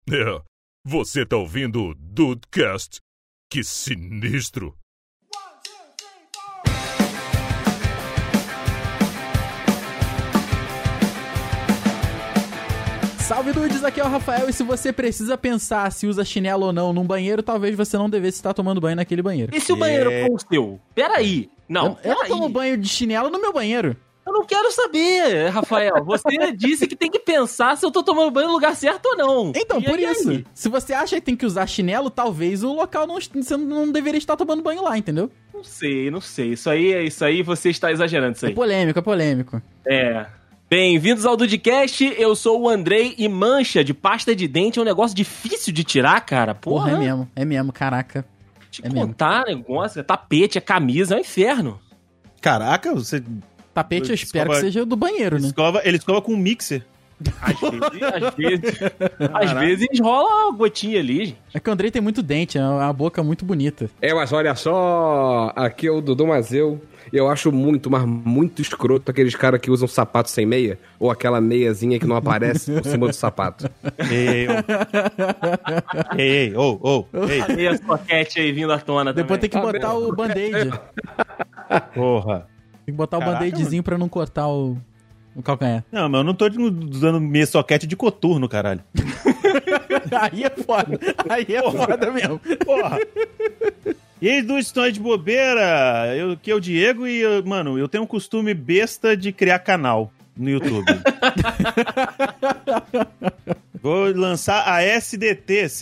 É, você tá ouvindo o Dudecast? Que sinistro! Salve dudes, aqui é o Rafael e se você precisa pensar se usa chinelo ou não num banheiro, talvez você não devesse estar tomando banho naquele banheiro. E se o banheiro for o seu? Peraí. Não, eu não tomo banho de chinelo no meu banheiro. Eu não quero saber, Rafael. Você disse que tem que pensar se eu tô tomando banho no lugar certo ou não. Então, e por aí, isso. Aí? Se você acha que tem que usar chinelo, talvez o local você não deveria estar tomando banho lá, entendeu? Não sei. Isso aí você está exagerando, isso aí. É polêmico. É. Bem-vindos ao Dudecast, eu sou o Andrei e mancha de pasta de dente é um negócio difícil de tirar, cara. Porra, é mesmo, caraca. Te contar negócio, é tapete, é camisa, é um inferno. Caraca, você... Tapete eu espero que seja do banheiro, né? Ele escova com um mixer. Às vezes rola uma gotinha ali, gente. É que o Andrei tem muito dente, é uma boca muito bonita. Mas olha só, aqui é o Dudu Mazeu. Eu acho mas muito escroto aqueles caras que usam sapato sem meia, ou aquela meiazinha que não aparece por cima do sapato. Ei. E a soquete aí vindo à tona Depois também. Tem que botar o band-aid. Porra. Tem que botar o band-aidzinho pra não cortar o calcanhar. Não, mas eu não tô usando minha soquete de coturno, caralho. Aí é foda mesmo. Porra. E aí, duas estão aí de bobeira, que é o Diego e, mano, eu tenho um costume besta de criar canal no YouTube. Vou lançar a SDC,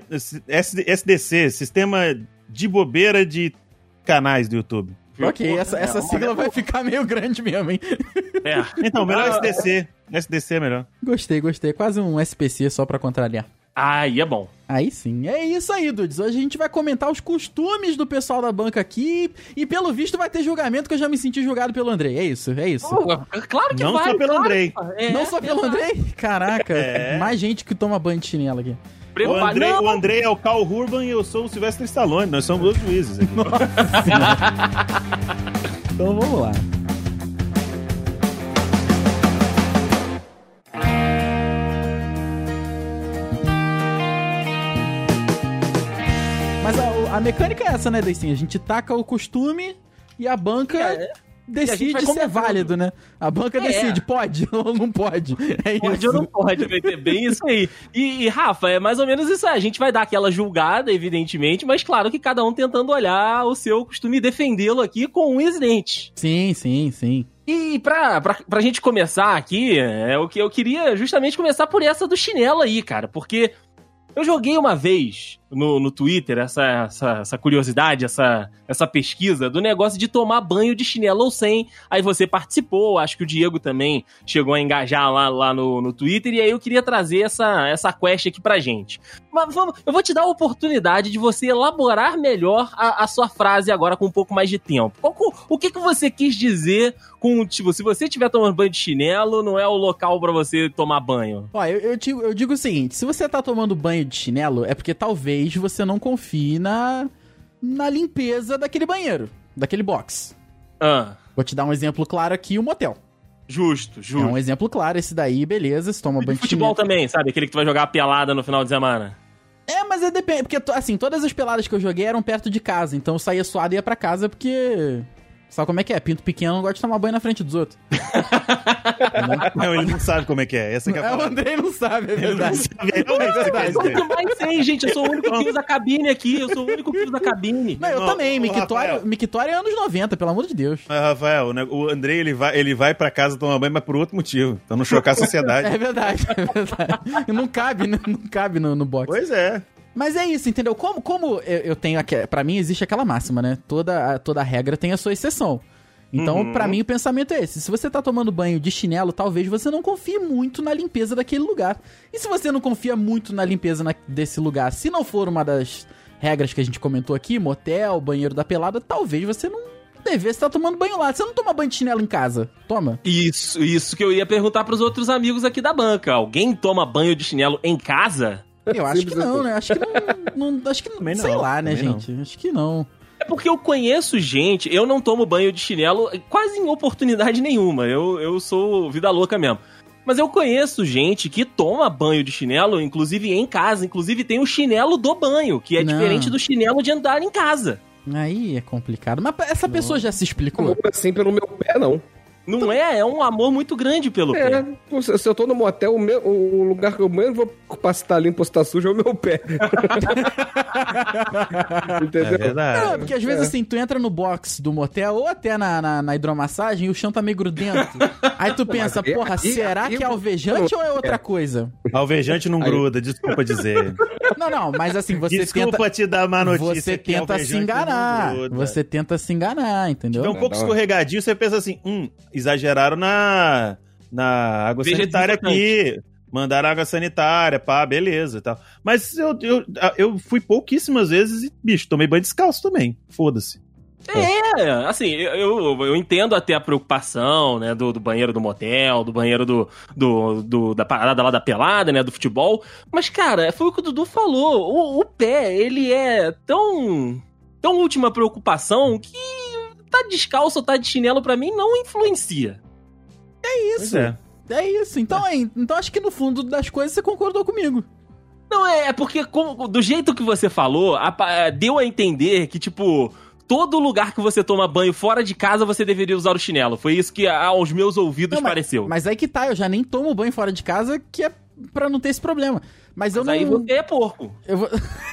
Sistema de Bobeira de Canais do YouTube. Ok, essa sigla vai ficar meio grande mesmo, hein? É. Então, melhor SDC. SDC é melhor. Gostei. Quase um SPC só pra contrariar. Aí é bom. Aí sim. É isso aí, dudes. Hoje a gente vai comentar os costumes do pessoal da banca aqui e, pelo visto, vai ter julgamento que eu já me senti julgado pelo Andrei. É isso. Claro que não vai. Não só pelo Andrei. Não só pelo Andrei? Caraca, mais gente que toma banho de chinelo aqui. O Andrei é o Carl Urban e eu sou o Sylvester Stallone. Nós somos dois juízes aqui. Então vamos lá. Mas a mecânica é essa, né, Deicinho? A gente taca o costume e a banca decide se é válido, né? A banca decide, pode ou não pode. É pode isso. ou não pode, vai ter bem isso aí. E, Rafa, é mais ou menos isso aí. A gente vai dar aquela julgada, evidentemente, mas claro que cada um tentando olhar o seu costume e defendê-lo aqui com um excelente. Sim. E pra gente começar aqui, o que eu queria justamente começar por essa do chinelo aí, cara, porque eu joguei uma vez no Twitter essa curiosidade, essa pesquisa do negócio de tomar banho de chinelo ou sem. Aí você participou, acho que o Diego também chegou a engajar lá no Twitter, e aí eu queria trazer essa quest aqui pra gente. Mas eu vou te dar a oportunidade de você elaborar melhor a sua frase agora com um pouco mais de tempo. O que você quis dizer com, tipo, se você estiver tomando banho de chinelo, não é o local pra você tomar banho? Ó, eu digo o seguinte, se você tá tomando banho de chinelo, é porque talvez você não confie na limpeza daquele banheiro, daquele box. Vou te dar um exemplo claro aqui, o motel. Justo. É um exemplo claro, esse daí, beleza, você toma banho de futebol chinelo. também, sabe? Aquele que tu vai jogar a pelada no final de semana. Mas depende, porque, assim, todas as peladas que eu joguei eram perto de casa, então eu saía suado e ia pra casa porque... Sabe como é que é? Pinto pequeno não gosta de tomar banho na frente dos outros. Não, ele não sabe como é que é. Essa que é a o Andrei não sabe, é verdade. Ele não sabe. Eu sou o que mais sei, gente. Eu sou o único que usa a cabine aqui. Eu Não, eu também. Mictória é anos 90, pelo amor de Deus. Mas, Rafael, o Andrei, ele vai pra casa tomar banho, mas por outro motivo. Pra não chocar a sociedade. É verdade. Não cabe, né? Não cabe no box. Pois é. Mas é isso, entendeu? Como eu tenho aqui, pra mim existe aquela máxima, né? Toda regra tem a sua exceção. Então, pra mim, o pensamento é esse. Se você tá tomando banho de chinelo, talvez você não confie muito na limpeza daquele lugar. E se você não confia muito na limpeza desse lugar, se não for uma das regras que a gente comentou aqui, motel, banheiro da pelada, talvez você não devesse estar tomando banho lá. Você não toma banho de chinelo em casa? Toma. Isso que eu ia perguntar pros outros amigos aqui da banca. Alguém toma banho de chinelo em casa? Eu acho que não, né? Acho que não sei lá, né, gente? Acho que não. É porque eu conheço gente, eu não tomo banho de chinelo quase em oportunidade nenhuma. Eu sou vida louca mesmo. Mas eu conheço gente que toma banho de chinelo, inclusive em casa. Inclusive tem o chinelo do banho, que é diferente do chinelo de andar em casa. Aí é complicado. Mas essa pessoa já se explicou? Não é assim pelo meu pé, não. Não é um amor muito grande pelo pé. Se eu tô no motel, o lugar que eu menos vou ocupar se tá limpo ou se tá sujo é o meu pé. Entendeu? É verdade. Não, porque às vezes assim, tu entra no box do motel ou até na hidromassagem e o chão tá meio grudento. Aí tu pensa, Mas porra, será que é alvejante ou é outra coisa? Alvejante não gruda, desculpa dizer. Não, mas assim, você Desculpa tenta... te dar má notícia. Você que tenta se alvejante enganar. não gruda. Você tenta se enganar, entendeu? Tiver um pouco escorregadinho, você pensa assim, exageraram na água Veja sanitária aqui. Mandaram água sanitária, pá, beleza e tal. Mas eu fui pouquíssimas vezes e, bicho, tomei banho descalço também. Foda-se. Assim, eu entendo até a preocupação, né, do banheiro do motel, do banheiro da parada lá da pelada, né, do futebol. Mas, cara, foi o que o Dudu falou. O pé, ele é tão última preocupação que tá descalço ou tá de chinelo pra mim não influencia. É isso. É isso. Então acho que no fundo das coisas você concordou comigo. Não, é porque do jeito que você falou, deu a entender que, tipo, todo lugar que você toma banho fora de casa, você deveria usar o chinelo. Foi isso que aos meus ouvidos pareceu. Mas aí que tá, eu já nem tomo banho fora de casa, que é pra não ter esse problema. Mas eu não... aí você é porco. Eu vou...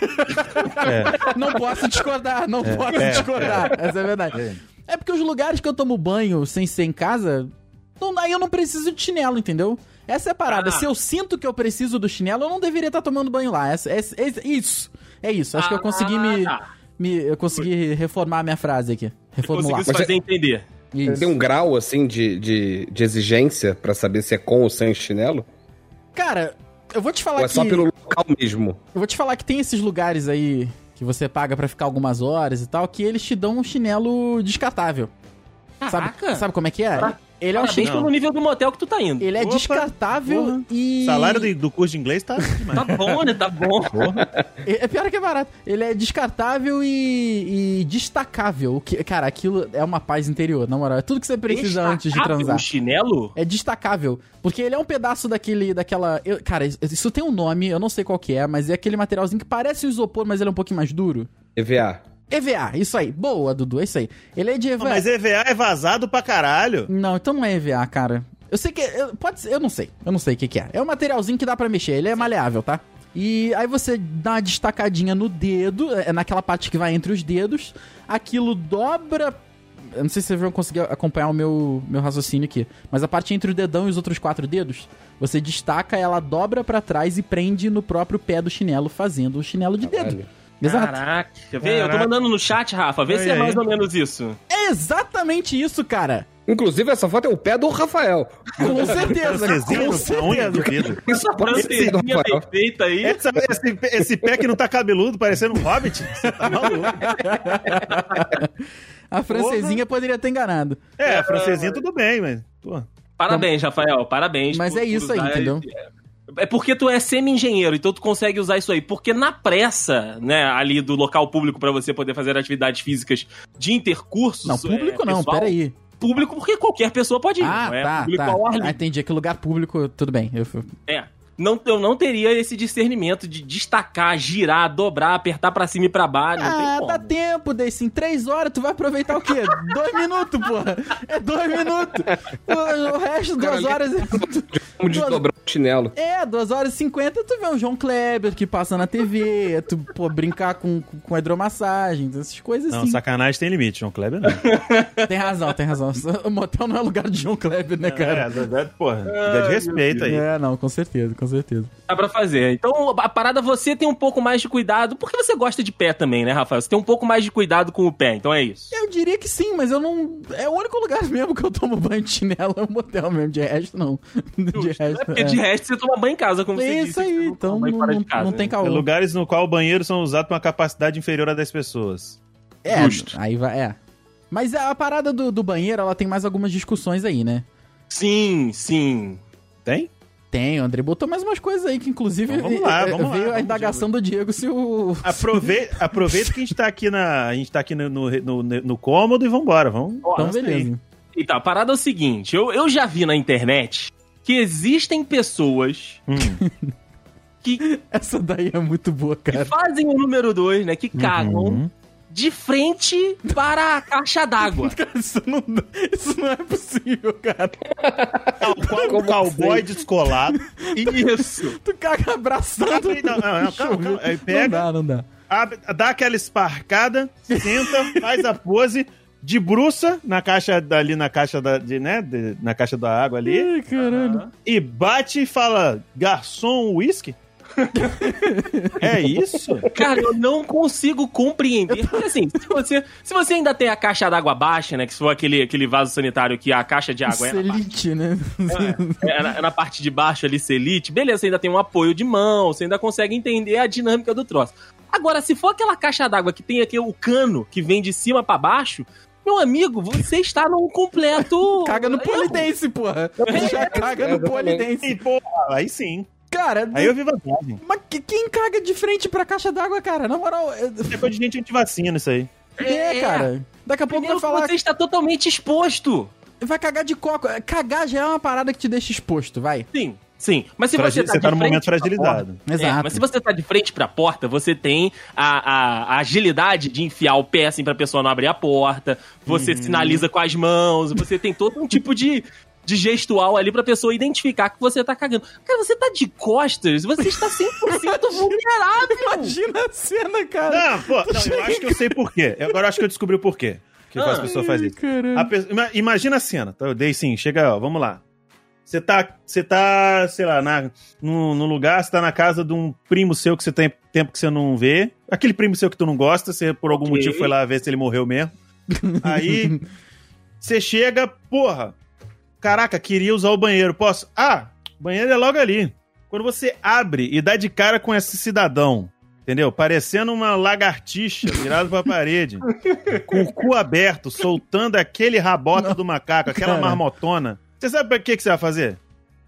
Não posso discordar, discordar. Essa é a verdade. É porque os lugares que eu tomo banho sem ser em casa, aí eu não preciso de chinelo, entendeu? Essa é a parada. Se eu sinto que eu preciso do chinelo, eu não deveria estar tomando banho lá. Isso. Acho que eu consegui eu consegui reformar a minha frase aqui. Reformular. Conseguiu se fazer entender. Isso. Tem um grau, assim, de exigência pra saber se é com ou sem chinelo? Cara, eu vou te falar ou é só pelo local mesmo? Eu vou te falar que tem esses lugares aí que você paga pra ficar algumas horas e tal, que eles te dão um chinelo descartável. Sabe como é que é? Ele é um Parabéns pelo nível do motel que tu tá indo. Ele é descartável e... O salário do curso de inglês tá demais. Tá bom, né? Tá bom. É pior que é barato. Ele é descartável e destacável. Cara, aquilo é uma paz interior, na moral. É tudo que você precisa antes de transar. O chinelo? É destacável. Porque ele é um pedaço daquela... Cara, isso tem um nome, eu não sei qual que é, mas é aquele materialzinho que parece um isopor, mas ele é um pouquinho mais duro. EVA, isso aí. Boa, Dudu, é isso aí. Ele é de EVA. Mas EVA é vazado pra caralho. Não, então não é EVA, cara. Eu sei que... Pode ser, eu não sei. Eu não sei o que é. É um materialzinho que dá pra mexer. Ele é maleável, tá? E aí você dá uma destacadinha no dedo, naquela parte que vai entre os dedos. Aquilo dobra... Eu não sei se vocês vão conseguir acompanhar o meu raciocínio aqui. Mas a parte entre o dedão e os outros 4 dedos, você destaca, ela dobra pra trás e prende no próprio pé do chinelo, fazendo o chinelo de dedo. Exato. Caraca, vê, eu tô mandando no chat, Rafa, vê se é mais ou menos isso. É exatamente isso, cara. Inclusive, essa foto é o pé do Rafael. Com certeza, com certeza. Isso pode ser do Francesinha Rafael. perfeita aí. Esse pé que não tá cabeludo, parecendo um hobbit. Você tá maluco? A francesinha poderia ter enganado. A francesinha tudo bem, mas... Pô. Parabéns, Rafael, parabéns. Mas é isso aí, entendeu? É porque tu é semi-engenheiro, então tu consegue usar isso aí. Porque na pressa, né, ali do local público pra você poder fazer atividades físicas de intercursos... Não, público não, pessoal, peraí. Público porque qualquer pessoa pode ir, Ah, não é tá, público tá. ao ar livre. Entendi, que lugar público, tudo bem. Eu não teria esse discernimento de destacar, girar, dobrar, apertar pra cima e pra baixo. Não tem como. Dá tempo, Desse. Em 3 horas, tu vai aproveitar o quê? 2 minutos, porra. É 2 minutos. O resto, 2 horas... Como desdobrar o chinelo. 2 horas e 50, tu vê um João Kleber que passa na TV, tu, brincar com a hidromassagem, essas coisas assim. Não, sacanagem tem limite, João Kleber não. Tem razão. O motel não é lugar de João Kleber, né, cara? Porra, dá de respeito aí. Não, com certeza. Dá pra fazer. Então, a parada, você tem um pouco mais de cuidado, porque você gosta de pé também, né, Rafael? Você tem um pouco mais de cuidado com o pé, então é isso. Eu diria que sim, mas eu não... É o único lugar mesmo que eu tomo banho de chinelo, é o motel mesmo, de resto não. De resto, porque de resto você toma banho em casa, como você disse. Isso aí, então não tem caô. Lugares no qual banheiros são usados com uma capacidade inferior a 10 pessoas. Justo. Aí vai, Mas a parada do banheiro, ela tem mais algumas discussões aí, né? Sim. Tem? Tem, o André botou mais umas coisas aí que, inclusive, então, vamos lá, veio a indagação do Diego se o... Aproveita que a gente tá aqui no cômodo e vambora. Vamos. Então, beleza. Então, a parada é o seguinte, eu já vi na internet que existem pessoas que Essa daí é muito boa, cara. fazem o número 2, né? Que cagam de frente para a caixa d'água. Cara, isso não é possível, cara. Qual cowboy descolado. Isso. Tu caga abraçando. Não, calma. Aí pega, Não dá. dá aquela esparcada, senta, faz a pose, debruça na caixa na caixa na caixa da água ali. Ai, caralho. E bate e fala, garçom, whisky? É isso? Cara, eu não consigo compreender. Porque assim, se você ainda tem a caixa d'água baixa, né? Que se for aquele vaso sanitário que a caixa de água Selite, né? é na parte de baixo ali, selite, beleza, você ainda tem um apoio de mão, você ainda consegue entender a dinâmica do troço. Agora, se for aquela caixa d'água que tem aqui o cano que vem de cima pra baixo, meu amigo, você está num completo... Caga no polidense, porra. Já caga no polidense. E, porra, aí sim. Cara, Aí eu vi vantagem. mas quem caga de frente pra caixa d'água, cara? Na moral... Depois de gente antivacina isso aí. Cara. Daqui a pouco Primeiro vai falar... você está totalmente exposto. Vai cagar de coco. Cagar já é uma parada que te deixa exposto, vai. Sim. Mas se você Você tá no momento fragilizado. Exato. Mas se você tá de frente pra porta, você tem a agilidade de enfiar o pé assim pra pessoa não abrir a porta, você sinaliza com as mãos, você tem todo um tipo de gestual ali pra pessoa identificar que você tá cagando. Cara, você tá de costas, você está 100% vulnerável. Imagina a cena, cara. Não, eu acho que eu sei por quê. Agora eu acho que eu descobri o porquê que as pessoas fazem isso. Imagina a cena. Tá? Eu dei sim, chega, ó, vamos lá. Você tá, sei lá, no lugar, você tá na casa de um primo seu que você tem tempo que você não vê. Aquele primo seu que tu não gosta, você por algum motivo foi lá ver se ele morreu mesmo. Aí, você chega, porra, caraca, queria usar o banheiro, posso? Ah, o banheiro é logo ali. Quando você abre e dá de cara com esse cidadão, entendeu? Parecendo uma lagartixa virada pra parede, com o cu aberto, soltando aquele rabota do macaco, aquela marmotona. Você sabe pra que você vai fazer?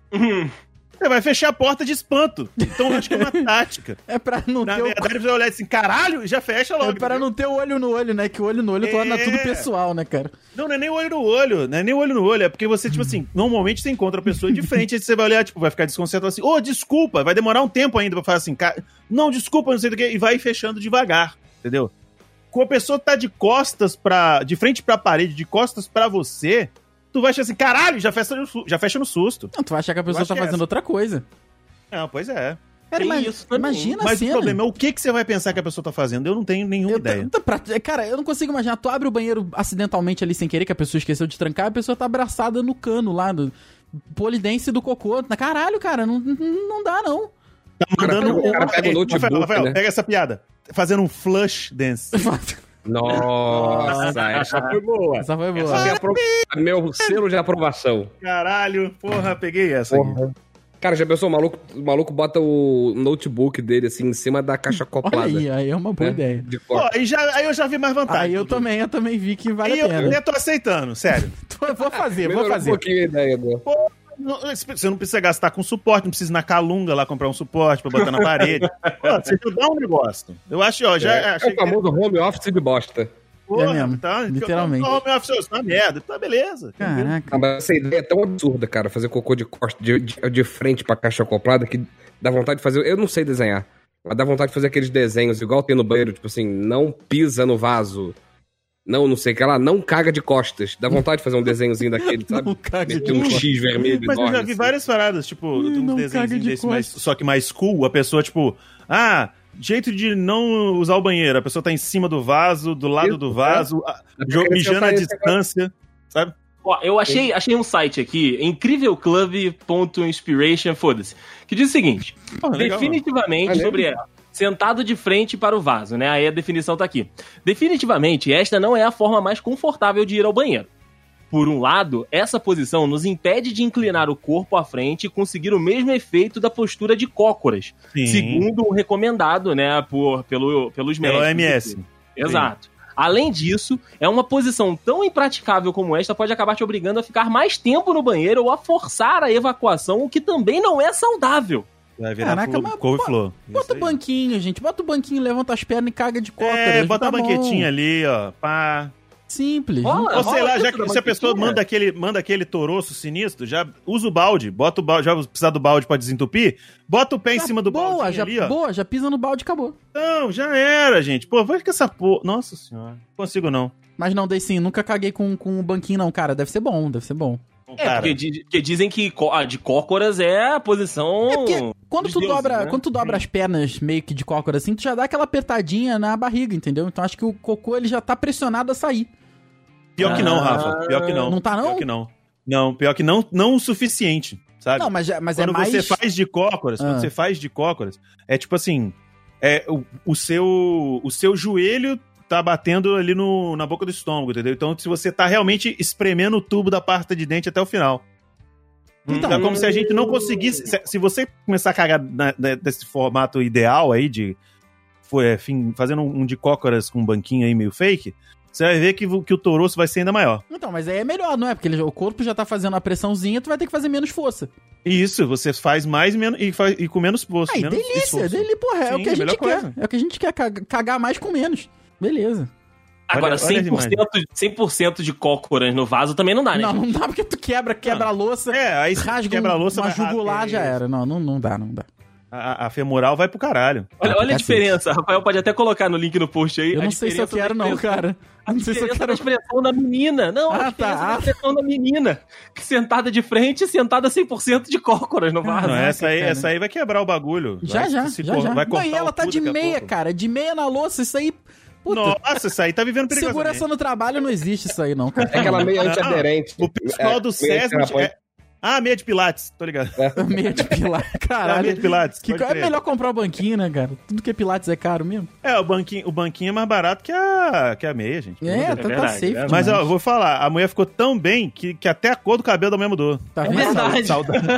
Você vai fechar a porta de espanto. Então acho que é uma tática. É pra não Na ter verdade, você vai olhar assim, caralho, e já fecha logo. É pra não ter o olho no olho, né? Que o olho no olho torna tudo pessoal, né, cara? Não é nem o olho no olho. Não é nem o olho no olho. É porque você, tipo assim, normalmente você encontra a pessoa de frente, aí você vai olhar, tipo, vai ficar desconcertado assim, desculpa, vai demorar um tempo ainda pra falar assim, não, desculpa, não sei do que, e vai fechando devagar, entendeu? Quando a pessoa tá de costas de frente pra parede, de costas pra você, tu vai achar assim, caralho, já fecha no susto. Não, tu vai achar que a pessoa tá fazendo outra coisa. Não, pois é. Cara, imagina a Mas cena. o problema é o que você vai pensar que a pessoa tá fazendo. Eu não tenho nenhuma ideia. Cara, eu não consigo imaginar. Tu abre o banheiro acidentalmente ali sem querer, que a pessoa esqueceu de trancar, a pessoa tá abraçada no cano lá, do polidense do cocô. Caralho, cara, não dá, não. Tá mandando O cara pega o notebook, Rafael, né? pega essa piada. Fazendo um flush dance. Nossa, essa foi boa. Essa foi boa. Essa foi meu selo de aprovação. Caralho, porra, peguei essa aqui. Cara, já pensou, o maluco bota o notebook dele assim em cima da caixa acoplada. Aí é uma boa ideia. De Pô, corte. aí eu já vi mais vantagem. Aí eu também vi que vale Aí a pena. eu tô aceitando, sério. Vou fazer. Melhorou um pouquinho a ideia, né? Você não precisa gastar com suporte, não precisa ir na Calunga lá comprar um suporte pra botar na parede. Pô, você já dá um negócio. Eu acho, ó, achei o famoso home office de bosta. É mesmo, tá, literalmente. Home office, tá merda, tá beleza. Caraca. Ah, mas essa ideia é tão absurda, cara, fazer cocô de costa, de frente pra caixa acoplada, que dá vontade de fazer... Eu não sei desenhar, mas dá vontade de fazer aqueles desenhos, igual tem no banheiro, tipo assim, não pisa no vaso, não sei o que lá, não caga de costas. Dá vontade de fazer um desenhozinho daquele, sabe? Não caga Meter um X vermelho Mas eu enorme, já vi assim. várias paradas, tipo, não um desenho caga de desse, costas. só que mais cool, a pessoa, tipo, jeito de não usar o banheiro, a pessoa tá em cima do vaso, do lado Isso, do vaso, mijando à distância, sabe? Ó, eu achei um site aqui, incrívelclub.inspiration, foda-se, que diz o seguinte, Legal, definitivamente sobre sentado de frente para o vaso, né? Aí a definição tá aqui. Definitivamente, esta não é a forma mais confortável de ir ao banheiro. Por um lado, essa posição nos impede de inclinar o corpo à frente e conseguir o mesmo efeito da postura de cócoras, Sim. segundo o recomendado, né, pelos médicos. Pelo OMS. Exato. Além disso, é uma posição tão impraticável como esta pode acabar te obrigando a ficar mais tempo no banheiro ou a forçar a evacuação, o que também não é saudável. Vai virar Caraca, mas couve-flor. Bota o banquinho, gente. Bota o banquinho, levanta as pernas e caga de cócoras. Bota tá a banquetinha ali, ó. Pá. Simples. Ou sei lá, já que se a pessoa manda aquele toroço sinistro, já usa o balde, bota o balde, já precisar do balde pra desentupir, bota o pé em cima do balde ali, ó. Boa, já pisa no balde e acabou. Não, já era, gente. Pô, vai com essa porra. Nossa senhora, não consigo não. Mas não, dei sim, nunca caguei com o banquinho não, cara, deve ser bom. Porque dizem que de cócoras é a posição... É porque quando tu dobra as pernas meio que de cócoras assim, tu já dá aquela apertadinha na barriga, entendeu? Então acho que o cocô ele já tá pressionado a sair. Pior que não, Rafa. Pior que não. Não tá, não? Pior que não. Não, pior que não o suficiente, sabe? Não, mas quando é mais... você faz de cócoras, quando você faz de cócoras, é tipo assim, o seu joelho tá batendo ali na boca do estômago, entendeu? Então, se você tá realmente espremendo o tubo da pasta de dente até o final. Então, é como se a gente não conseguisse... Se você começar a cagar desse formato ideal aí, fazendo um de cócoras com um banquinho aí meio fake... Você vai ver que o toroço vai ser ainda maior. Então, mas aí é melhor, não é? Porque o corpo já tá fazendo a pressãozinha, tu vai ter que fazer menos força. Isso, você faz mais e com menos força. Aí, delícia, porra, é o que a gente quer. É o que a gente quer, cagar mais com menos. Beleza. Agora, 100% de cócoras no vaso também não dá, né? Não dá porque tu quebra a louça, aí rasga quebra a louça, uma jugular, já era. Não dá. A femoral vai pro caralho. Olha a diferença. Rafael pode até colocar no link no post aí. Eu não sei se eu quero não, cara. Não sei se eu quero. A expressão da menina. Não, a diferença da expressão da menina. Sentada de frente, sentada 100% de cócoras no vaso. Não, essa aí vai quebrar o bagulho. Já. Vai cortar e ela tá de meia, cara. De meia na louça, isso aí... Puta. Nossa, isso aí tá vivendo perigosamente. Segurança no trabalho não existe isso aí, não, cara. É aquela meia antiaderente. O pessoal do SESM... meia de pilates, tô ligado. Meia de pilates, caralho. Meia de pilates. É melhor comprar o banquinho, né, cara? Tudo que é pilates é caro mesmo. O banquinho é mais barato que a meia, gente. Tá safe. Mas, ó, vou falar, a mulher ficou tão bem que até a cor do cabelo da mulher mudou. Tá vendo? Verdade.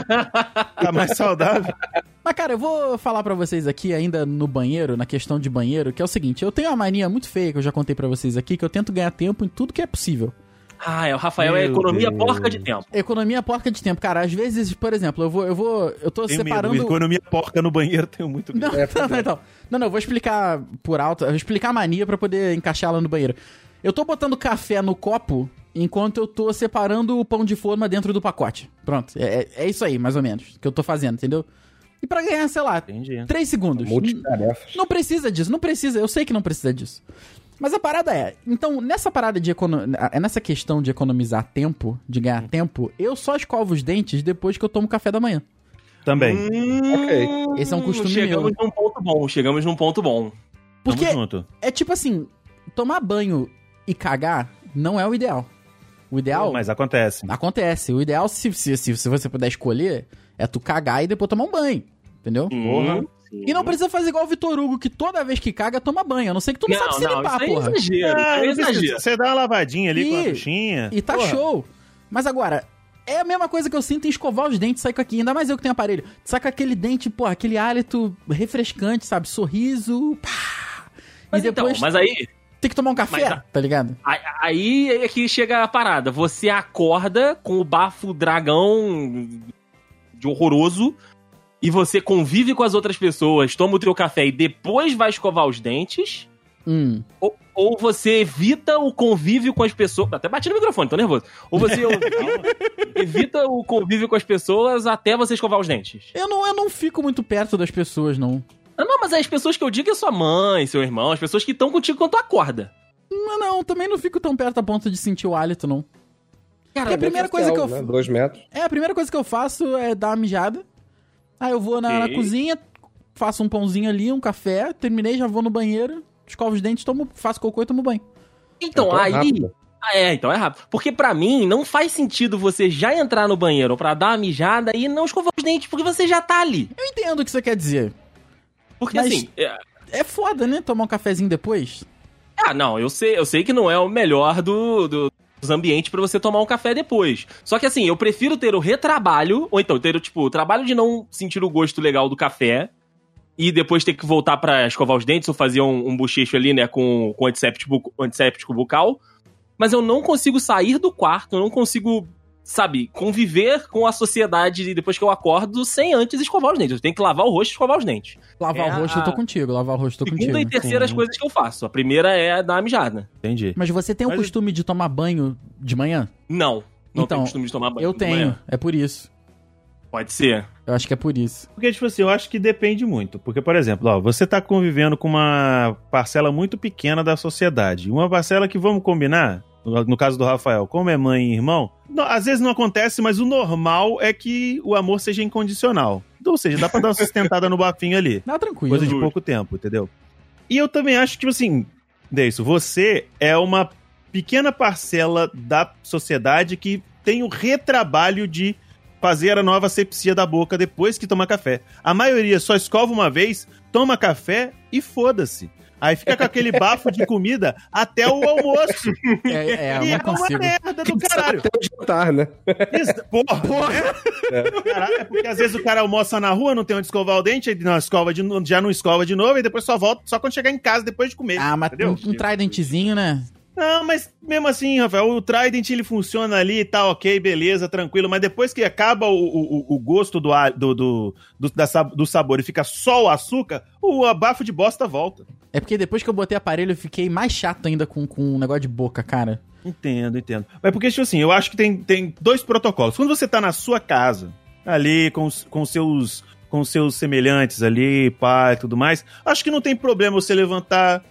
Tá mais saudável. Mas, cara, eu vou falar pra vocês aqui, ainda no banheiro, na questão de banheiro, que é o seguinte, eu tenho uma mania muito feia, que eu já contei pra vocês aqui, que eu tento ganhar tempo em tudo que é possível. O Rafael é economia porca de tempo. Economia porca de tempo, cara. Às vezes, por exemplo, eu tô separando... Medo. Economia porca no banheiro, tenho muito medo. Não, eu vou explicar por alto, eu vou explicar a mania pra poder encaixar ela no banheiro. Eu tô botando café no copo enquanto eu tô separando o pão de forma dentro do pacote. Pronto, é isso aí, mais ou menos, que eu tô fazendo, entendeu? E pra ganhar, sei lá, 3 segundos. Multitarefas. Não precisa disso, eu sei que não precisa disso. Mas a parada então, nessa parada nessa questão de economizar tempo, de ganhar tempo, eu só escovo os dentes depois que eu tomo café da manhã. Também. Ok. Esse é um costume Chegamos meu. Chegamos num ponto bom. Porque Tamo junto. é tipo assim, tomar banho e cagar não é o ideal. O ideal... Mas acontece. Acontece. O ideal, se você puder escolher, é tu cagar e depois tomar um banho. Entendeu? Porra. E não precisa fazer igual o Vitor Hugo, que toda vez que caga, toma banho. A não ser que tu não sabe se limpar, porra. Exagero. Você dá uma lavadinha ali com a duchinha. E tá show. Mas agora, é a mesma coisa que eu sinto em escovar os dentes e sair com aqui. Ainda mais eu que tenho aparelho. Sai com aquele dente, porra, aquele hálito refrescante, sabe? Sorriso. Pá. Mas e depois então, mas aí... tem que tomar um café, tá ligado? Aí é que chega a parada. Você acorda com o bafo dragão de horroroso... E você convive com as outras pessoas, toma o teu café e depois vai escovar os dentes. Ou você evita o convívio com as pessoas... Até bati no microfone, tô nervoso. Ou você evita o convívio com as pessoas até você escovar os dentes. Eu não fico muito perto das pessoas, não. Não, mas as pessoas que eu digo é sua mãe, seu irmão, as pessoas que estão contigo quando tu acorda. Não, também não fico tão perto a ponto de sentir o hálito, não. Cara, a primeira coisa que eu... Né? 2 metros. A primeira coisa que eu faço é dar uma mijada. Aí eu vou na cozinha, faço um pãozinho ali, um café, terminei, já vou no banheiro, escovo os dentes, faço cocô e tomo banho. Então, aí... Rápido. Então é rápido. Porque pra mim, não faz sentido você já entrar no banheiro pra dar uma mijada e não escovar os dentes, porque você já tá ali. Eu entendo o que você quer dizer. Porque mas assim... É foda, né? Tomar um cafezinho depois. Não, eu sei que não é o melhor dos ambientes pra você tomar um café depois. Só que assim, eu prefiro ter o retrabalho, ou então ter o trabalho de não sentir o gosto legal do café e depois ter que voltar pra escovar os dentes ou fazer um bochecho ali, né, com antisséptico bucal. Mas eu não consigo sair do quarto, eu não consigo sabe, conviver com a sociedade depois que eu acordo sem antes escovar os dentes. Eu tenho que lavar o rosto e escovar os dentes. Lavar o rosto, eu tô contigo. Lavar o rosto, eu tô contigo. Segunda e terceira as coisas que eu faço. A primeira é dar uma mijada. Entendi. Mas você tem o costume de tomar banho de manhã? Não Então, tenho costume de tomar banho eu de tenho, manhã. é por isso. Pode ser. Eu acho que é por isso. Porque, tipo assim, eu acho que depende muito. Porque, por exemplo, ó, você tá convivendo com uma parcela muito pequena da sociedade. Uma parcela que, vamos combinar, no caso do Rafael, como é mãe e irmão, às vezes não acontece, mas o normal é que o amor seja incondicional. Então, ou seja, dá pra dar uma sustentada no bafinho ali. Não, tranquilo. Coisa de pouco tempo, entendeu? E eu também acho que, tipo assim, Deison, você é uma pequena parcela da sociedade que tem o retrabalho de fazer a nova asepsia da boca depois que toma café. A maioria só escova uma vez, toma café e foda-se. Aí fica com aquele bafo de comida até o almoço. Eu não consigo. Uma merda do caralho. Até o jantar, né? Porra. Caralho, é porque às vezes o cara almoça na rua, não tem onde escovar o dente, ele já não escova de novo, e depois só volta só quando chegar em casa depois de comer. Ah, mas um tridentezinho, né? Não, mas mesmo assim, Rafael, o Trident ele funciona ali e tá ok, beleza, tranquilo, mas depois que acaba o gosto do sabor e fica só o açúcar, o abafo de bosta volta. É porque depois que eu botei aparelho eu fiquei mais chato ainda com um negócio de boca, cara. Entendo. Mas porque, tipo assim, eu acho que tem dois protocolos. Quando você tá na sua casa, ali com seus semelhantes ali, pai e tudo mais, acho que não tem problema você levantar,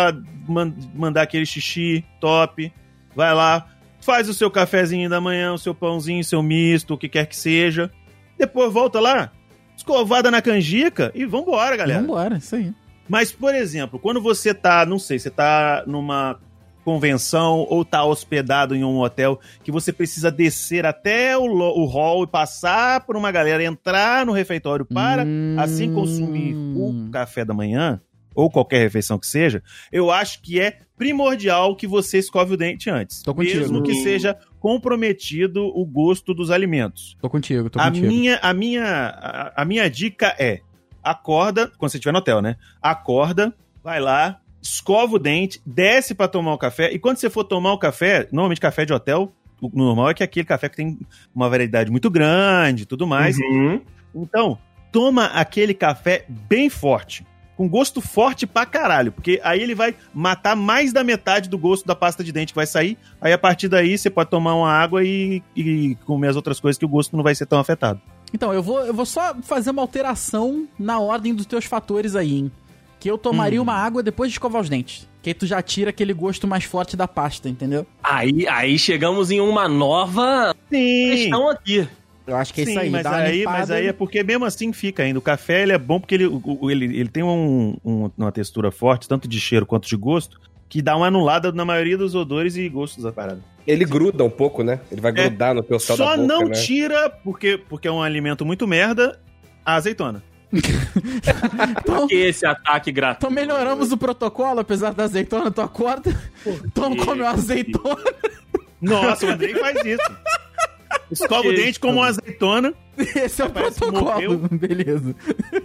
mandar aquele xixi top, vai lá, faz o seu cafezinho da manhã, o seu pãozinho, seu misto, o que quer que seja, depois volta lá, escovada na canjica e vambora, galera. Vambora, isso aí. Mas, por exemplo, quando você tá, não sei, você tá numa convenção ou tá hospedado em um hotel que você precisa descer até o hall e passar por uma galera, entrar no refeitório para assim consumir o café da manhã, ou qualquer refeição que seja, eu acho que é primordial que você escove o dente antes. Tô contigo. Mesmo que seja comprometido o gosto dos alimentos. Tô contigo. A minha dica é, acorda, quando você estiver no hotel, né? Acorda, vai lá, escova o dente, desce pra tomar o café, e quando você for tomar o café, normalmente café de hotel, o normal é que aquele café que tem uma variedade muito grande e tudo mais. Então, toma aquele café bem forte. Com gosto forte pra caralho, porque aí ele vai matar mais da metade do gosto da pasta de dente que vai sair, aí a partir daí você pode tomar uma água e comer as outras coisas que o gosto não vai ser tão afetado. Então, eu vou só fazer uma alteração na ordem dos teus fatores aí, hein? Que eu tomaria uma água depois de escovar os dentes. Que aí tu já tira aquele gosto mais forte da pasta, entendeu? Aí chegamos em uma nova questão aqui. Eu acho que é isso aí. Mas aí é porque mesmo assim fica ainda. O café ele é bom porque ele tem uma textura forte, tanto de cheiro quanto de gosto, que dá uma anulada na maioria dos odores e gostos da parada. Ele gruda um pouco, né? Ele vai grudar no teu céu da boca, Só não né? tira, porque é um alimento muito merda, a azeitona. Então, Que esse ataque gratuito. então melhoramos o protocolo, apesar da azeitona, tu acorda, come uma azeitona. Nossa, o Andrei faz isso. Escova o dente como uma azeitona. Esse é o Parece que protocolo. morreu. Beleza.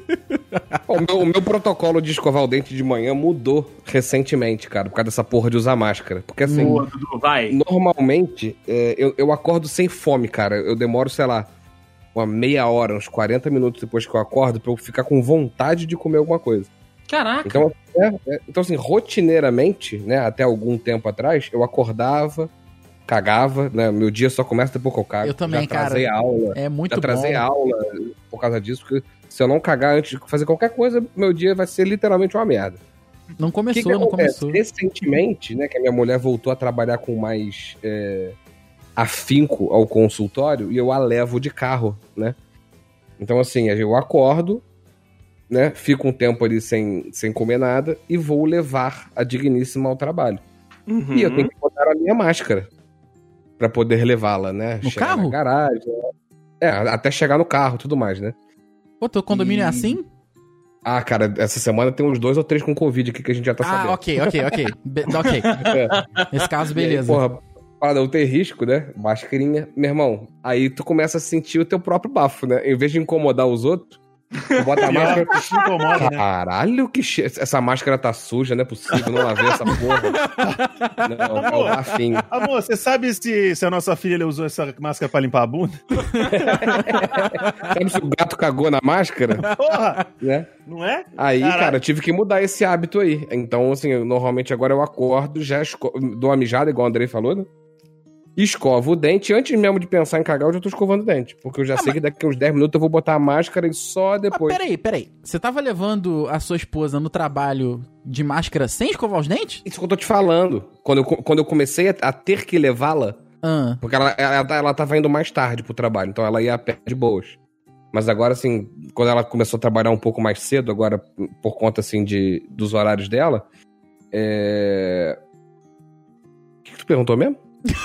O meu protocolo de escovar o dente de manhã mudou recentemente, cara, por causa dessa porra de usar máscara. Porque assim, Boa, Dudu, vai. normalmente, eu acordo sem fome, cara. Eu demoro, sei lá, uma meia hora, uns 40 minutos depois que eu acordo pra eu ficar com vontade de comer alguma coisa. Caraca. Então, então assim, rotineiramente, né, até algum tempo atrás, eu acordava, cagava, né, meu dia só começa depois que eu cago. Eu também, já atrasei cara. aula. É muito Já atrasei bom. aula por causa disso, porque se eu não cagar antes de fazer qualquer coisa, meu dia vai ser literalmente uma merda. Não O que começou, que não acontece? começou. Recentemente, né, que a minha mulher voltou a trabalhar com mais afinco ao consultório, e eu a levo de carro, né? Então, assim, eu acordo, né, fico um tempo ali sem comer nada e vou levar a digníssima ao trabalho. Uhum. E eu tenho que botar a minha máscara pra poder levá-la, né? No Chegar carro? na garagem. Até chegar no carro e tudo mais, né? Pô, teu condomínio é assim? Ah, cara, essa semana tem uns 2 ou 3 com Covid aqui que a gente já tá sabendo. Ok. Ok. Nesse caso, E aí, beleza. porra, para não ter risco, né? Mascarinha. Meu irmão, aí tu começa a sentir o teu próprio bafo, né? Em vez de incomodar os outros, Bota a máscara. Que te incomoda, né? Caralho, essa máscara tá suja, não é possível, não lavei essa porra. Não, é o bafinho. Amor, você sabe se a nossa filha usou essa máscara pra limpar a bunda? Sabe se o gato cagou na máscara? Porra! Né? Não é? Aí, Caralho. cara, eu tive que mudar esse hábito aí. Então, assim, normalmente agora eu acordo, já dou uma mijada, igual o Andrei falou, né? Escovo o dente. Antes mesmo de pensar em cagar, eu já tô escovando o dente. Porque eu já sei que daqui a uns 10 minutos eu vou botar a máscara e só depois. Peraí. Você tava levando a sua esposa no trabalho de máscara sem escovar os dentes? Isso que eu tô te falando. Quando eu comecei a ter que levá-la, porque ela tava indo mais tarde pro trabalho, então ela ia a pé de boas. Mas agora, assim, quando ela começou a trabalhar um pouco mais cedo, agora por conta, assim, dos horários dela, O que tu perguntou mesmo?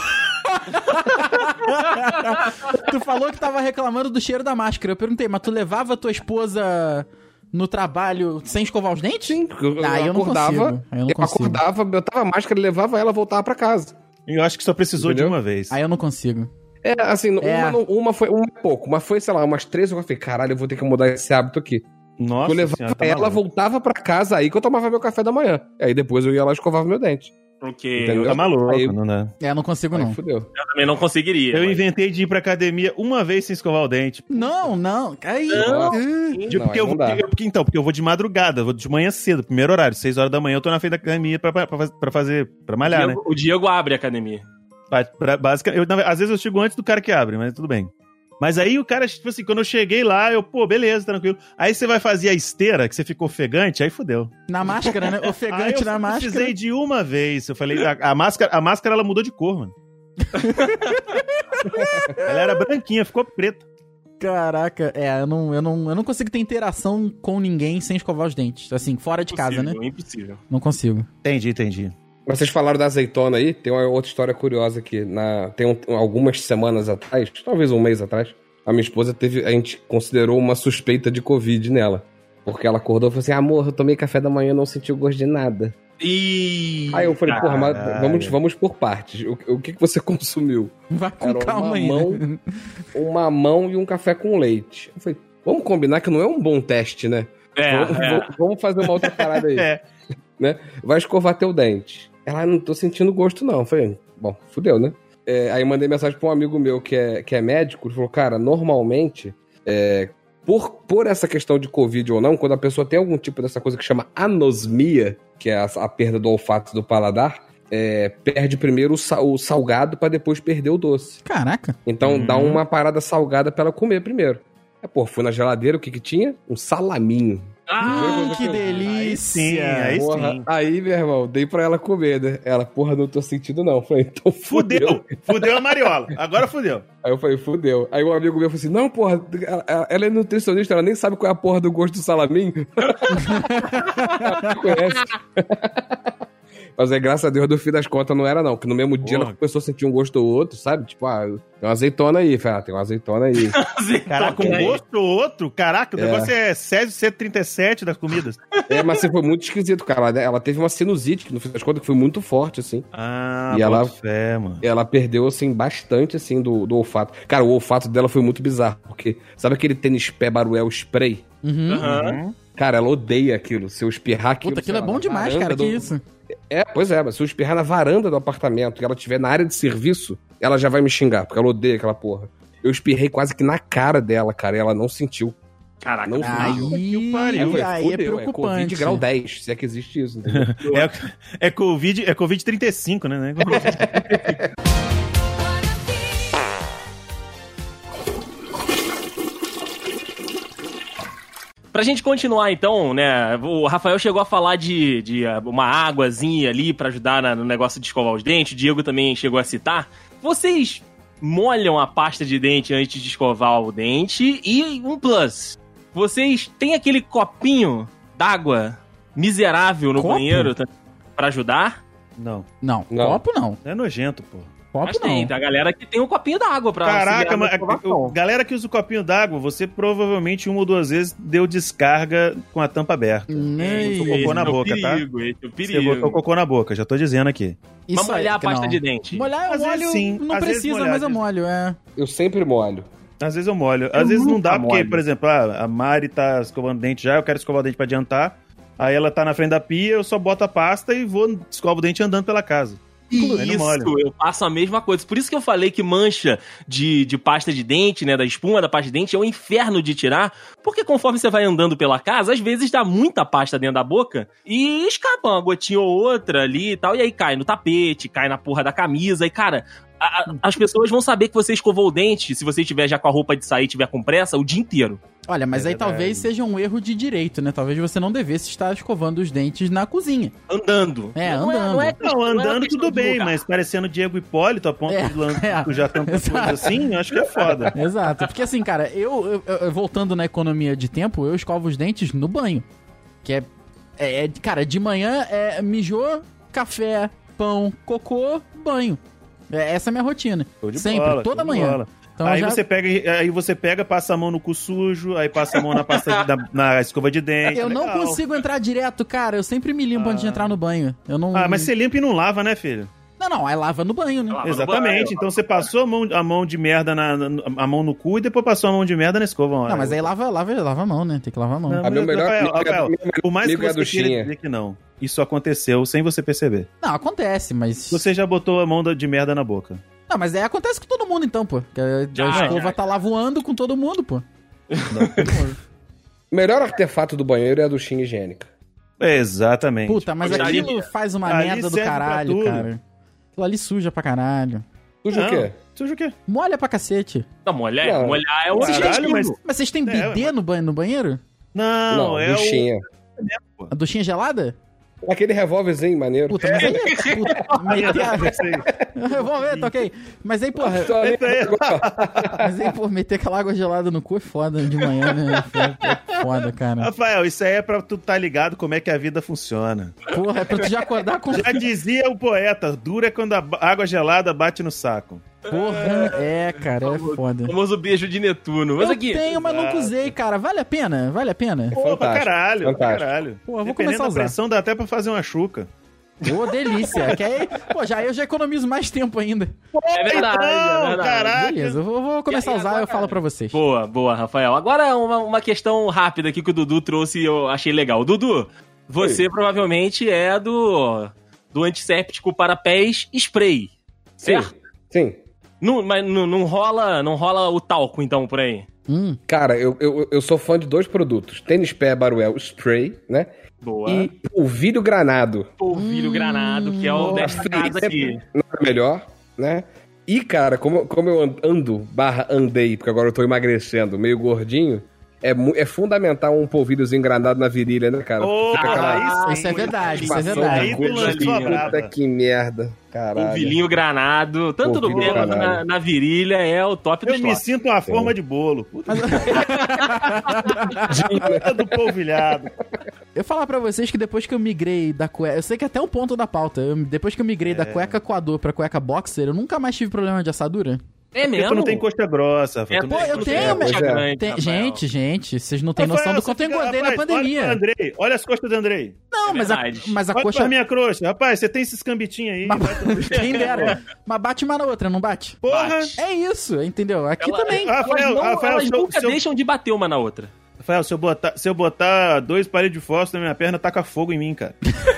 Tu falou que tava reclamando do cheiro da máscara. Eu perguntei, mas tu levava tua esposa no trabalho sem escovar os dentes? Sim, eu acordava, não consigo. acordava, botava a máscara, levava ela, voltava pra casa. Eu acho que só precisou Entendeu? de uma vez. Aí eu não consigo. Assim, uma foi pouco, mas foi, sei lá, umas 3, eu falei, caralho, eu vou ter que mudar esse hábito aqui. Nossa, eu levava ela, voltava pra casa, aí que eu tomava meu café da manhã. Aí depois eu ia lá e escovava meu dente. Ok. Entendeu? Tá maluco, Aí, não dá. Eu não consigo, aí não. fudeu. Eu também não conseguiria. Eu mas- inventei de ir pra academia uma vez sem escovar o dente. Não. Aí. Porque eu vou de madrugada, vou de manhã cedo, primeiro horário, 6 horas da manhã eu tô na frente da academia pra malhar, né? O Diego abre a academia. Basicamente, às vezes eu chego antes do cara que abre, mas tudo bem. Mas aí o cara, tipo assim, quando eu cheguei lá, beleza, tranquilo. Aí você vai fazer a esteira, que você ficou ofegante, aí fudeu. Na máscara, né? Ofegante Aí na eu máscara. precisei de uma vez. Eu falei, a máscara ela mudou de cor, mano. Ela era branquinha, ficou preta. Caraca, eu não consigo ter interação com ninguém sem escovar os dentes. Assim, fora de casa, né? Impossível. Não consigo. Entendi. Vocês falaram da azeitona aí, tem uma outra história curiosa aqui. Tem algumas semanas atrás, talvez um mês atrás, a minha esposa a gente considerou uma suspeita de Covid nela. Porque ela acordou e falou assim, amor, eu tomei café da manhã e não senti o gosto de nada. Aí eu falei, porra, mas vamos por partes. O que você consumiu? Vai com Era calma aí. Né? Um mamão e um café com leite. Eu falei, vamos combinar que não é um bom teste, né? Vamos fazer uma outra parada aí. Né? Vai escovar teu dente. Ela, não tô sentindo gosto, não. Eu falei, bom, fudeu, né? Aí mandei mensagem pra um amigo meu que é médico. Ele falou, cara, normalmente, por essa questão de Covid ou não, quando a pessoa tem algum tipo dessa coisa que chama anosmia, que é a perda do olfato do paladar, perde primeiro o salgado pra depois perder o doce. Caraca. Então dá uma parada salgada pra ela comer primeiro. Fui na geladeira, o que tinha? Um salaminho. Que delícia. Aí Porra, sim. Aí, meu irmão, dei pra ela comer, né? Ela, porra, não tô sentindo não. Eu falei, então fudeu. Fudeu a Mariola. Agora fudeu. Aí eu falei, fudeu. Aí um amigo meu falou assim, não, porra, ela é nutricionista, ela nem sabe qual é a porra do gosto do salaminho. Ela não conhece. Mas graças a Deus, no fim das contas, não era não. Porque no mesmo dia ela começou a sentir um gosto ou outro, sabe? Tipo, tem uma azeitona aí. Falei, tem uma azeitona aí. Caraca, um gosto ou outro? Caraca, o negócio é Césio 137 das comidas. Mas assim, foi muito esquisito, cara. Ela teve uma sinusite, que no fim das contas foi muito forte, assim. Ah, E ela- fé, mano. Ela perdeu, assim, bastante, assim, do olfato. Cara, o olfato dela foi muito bizarro. Porque, sabe aquele tênis pé Baruel spray? Aham. Cara, ela odeia aquilo. Se eu espirrar aquilo... Puta, aquilo sei é lá, bom na demais, varanda cara. Que do- isso? Pois é, mas se eu espirrar na varanda do apartamento e ela estiver na área de serviço, ela já vai me xingar, porque ela odeia aquela porra. Eu espirrei quase que na cara dela, cara, e ela não sentiu. Caraca. Não sentiu. Aí é Fudeu, preocupante. Covid grau 10, se é que existe isso. Entendeu? É Covid 35, né? Pra gente continuar, então, né? O Rafael chegou a falar de uma águazinha ali pra ajudar no negócio de escovar os dentes. O Diego também chegou a citar. Vocês molham a pasta de dente antes de escovar o dente? E um plus. Vocês têm aquele copinho d'água miserável no Copo? banheiro pra ajudar? Não. Não, Não. copo não. É nojento, pô. Copo Mas não. tem a galera que tem um copinho d'água pra Caraca, auxiliar na escovação. galera que usa o copinho d'água, você provavelmente uma ou duas vezes deu descarga com a tampa aberta. Nem- Botou cocô na Esse é o boca, tá? perigo, esse é o Você perigo. botou cocô na boca, já tô dizendo aqui. Mas Isso molhar aí, a pasta não. de dente. Molhar eu Às vezes molho, sim, não às vezes precisa, molhar, mas eu às vezes- molho, Eu sempre molho. Às vezes eu molho. Às vezes não dá, porque, molho. por exemplo, a Mari tá escovando o dente já, eu quero escovar o dente pra adiantar. Aí ela tá na frente da pia, eu só boto a pasta e vou escovo o dente andando pela casa. Isso, eu faço a mesma coisa. Por isso que eu falei que mancha de pasta de dente, né, da espuma da pasta de dente, é um inferno de tirar, porque conforme você vai andando pela casa, às vezes dá muita pasta dentro da boca e escapa uma gotinha ou outra ali e tal, e aí cai no tapete, cai na porra da camisa, e cara... As pessoas vão saber que você escovou o dente, se você estiver já com a roupa de sair e tiver com pressa, o dia inteiro. Olha, mas aí talvez seja um erro de direito, né? Talvez você não devesse estar escovando os dentes na cozinha. Andando. Andando. Não, andando tudo bem, mas parecendo Diego Hipólito, a ponto de já tanta coisa assim, eu acho que é foda. Exato, porque assim, cara, eu voltando na economia de tempo, eu escovo os dentes no banho. Que cara, de manhã mijou, café, pão, cocô, banho. Essa é a minha rotina. Sempre, toda manhã. Então aí você pega, passa a mão no cu sujo, aí passa a mão na pasta na escova de dente. Eu não consigo entrar direto, cara. Eu sempre me limpo antes de entrar no banho. Eu não... mas você limpa e não lava, né, filho? Não, aí lava no banho, né? Exatamente. Então você passou a mão de merda a mão no cu e depois passou a mão de merda na escova. Não, mas aí lava a mão, né? Tem que lavar a mão. Não, Rafael, por mais que você queira dizer que não, isso aconteceu sem você perceber. Não, acontece, mas... Você já botou a mão de merda na boca. Não, mas aí acontece com todo mundo, então, pô. A escova tá lá voando com todo mundo, pô. O melhor artefato do banheiro é a duchinha higiênica. Puta, Puta, mas aquilo faz uma merda do caralho, cara. Aquilo ali suja pra caralho. Suja o quê? Suja o quê? Molha pra cacete. Não, molhar é o Caralho, mas... Mas vocês têm bidê no banheiro? Não, é duchinha. A duchinha gelada? Aquele revólverzinho maneiro. Puta, mas aí... Revólver, toquei. Mas aí, porra... Mas aí, pô, meter aquela água gelada no cu é foda de manhã, né? É foda, cara. Rafael, isso aí é pra tu tá ligado como é que a vida funciona. Porra, é pra tu já acordar com... Já dizia o poeta, dura é quando a água gelada bate no saco. Porra, cara, é foda. O famoso beijo de Netuno. Mas eu aqui... tenho, mas nunca usei, cara. Vale a pena? Vale a pena? Pô, pra caralho, fantástico. pra caralho. Pô, eu vou Dependendo começar a usar. da pressão, dá até pra fazer uma chuca. Ô, delícia. Que aí, pô, eu já economizo mais tempo ainda. É verdade, é verdade. Caraca. Beleza, eu vou começar a usar e eu falo pra vocês. Boa, Rafael. Agora uma questão rápida aqui que o Dudu trouxe e eu achei legal. Dudu, você provavelmente é do antisséptico para pés spray, certo? Sim. Mas não rola o talco, então, por aí? Cara, eu sou fã de 2 produtos. Tênis pé Baruel Spray, né? Boa. E polvilho granado. Polvilho granado, que é o desta casa aqui. Não é melhor, né? E, cara, como eu andei, porque agora eu tô emagrecendo, meio gordinho, é fundamental um polvilhozinho granado na virilha, né, cara? Isso é verdade, isso é verdade. Aí tu lançou a braba. Puta que merda, caralho. Polvilhinho granado, tanto no pé quanto na virilha, é o top do Eu me sinto uma forma de bolo. Puta do polvilhado. Eu falar pra vocês que depois que eu migrei da cueca... Eu sei que é até um ponto da pauta. Depois que eu migrei da cueca coador pra cueca boxer, eu nunca mais tive problema de assadura. É mesmo? Porque tu não tem coxa grossa, Rafael. Pô, eu tenho, mas... Gente, vocês não têm noção do quanto eu engordei na pandemia. Olha as costas do Andrei. Não, mas a Olha coxa... pra minha coxa. Rapaz, você tem esses cambitinhos aí. Quem dera. Mas bate uma na outra, não bate? Porra. Bate. É isso, entendeu? Aqui também. Rafael, elas nunca deixam de bater uma na outra. Rafael, se eu botar 2 palhetes de fósforo na minha perna, taca fogo em mim, cara.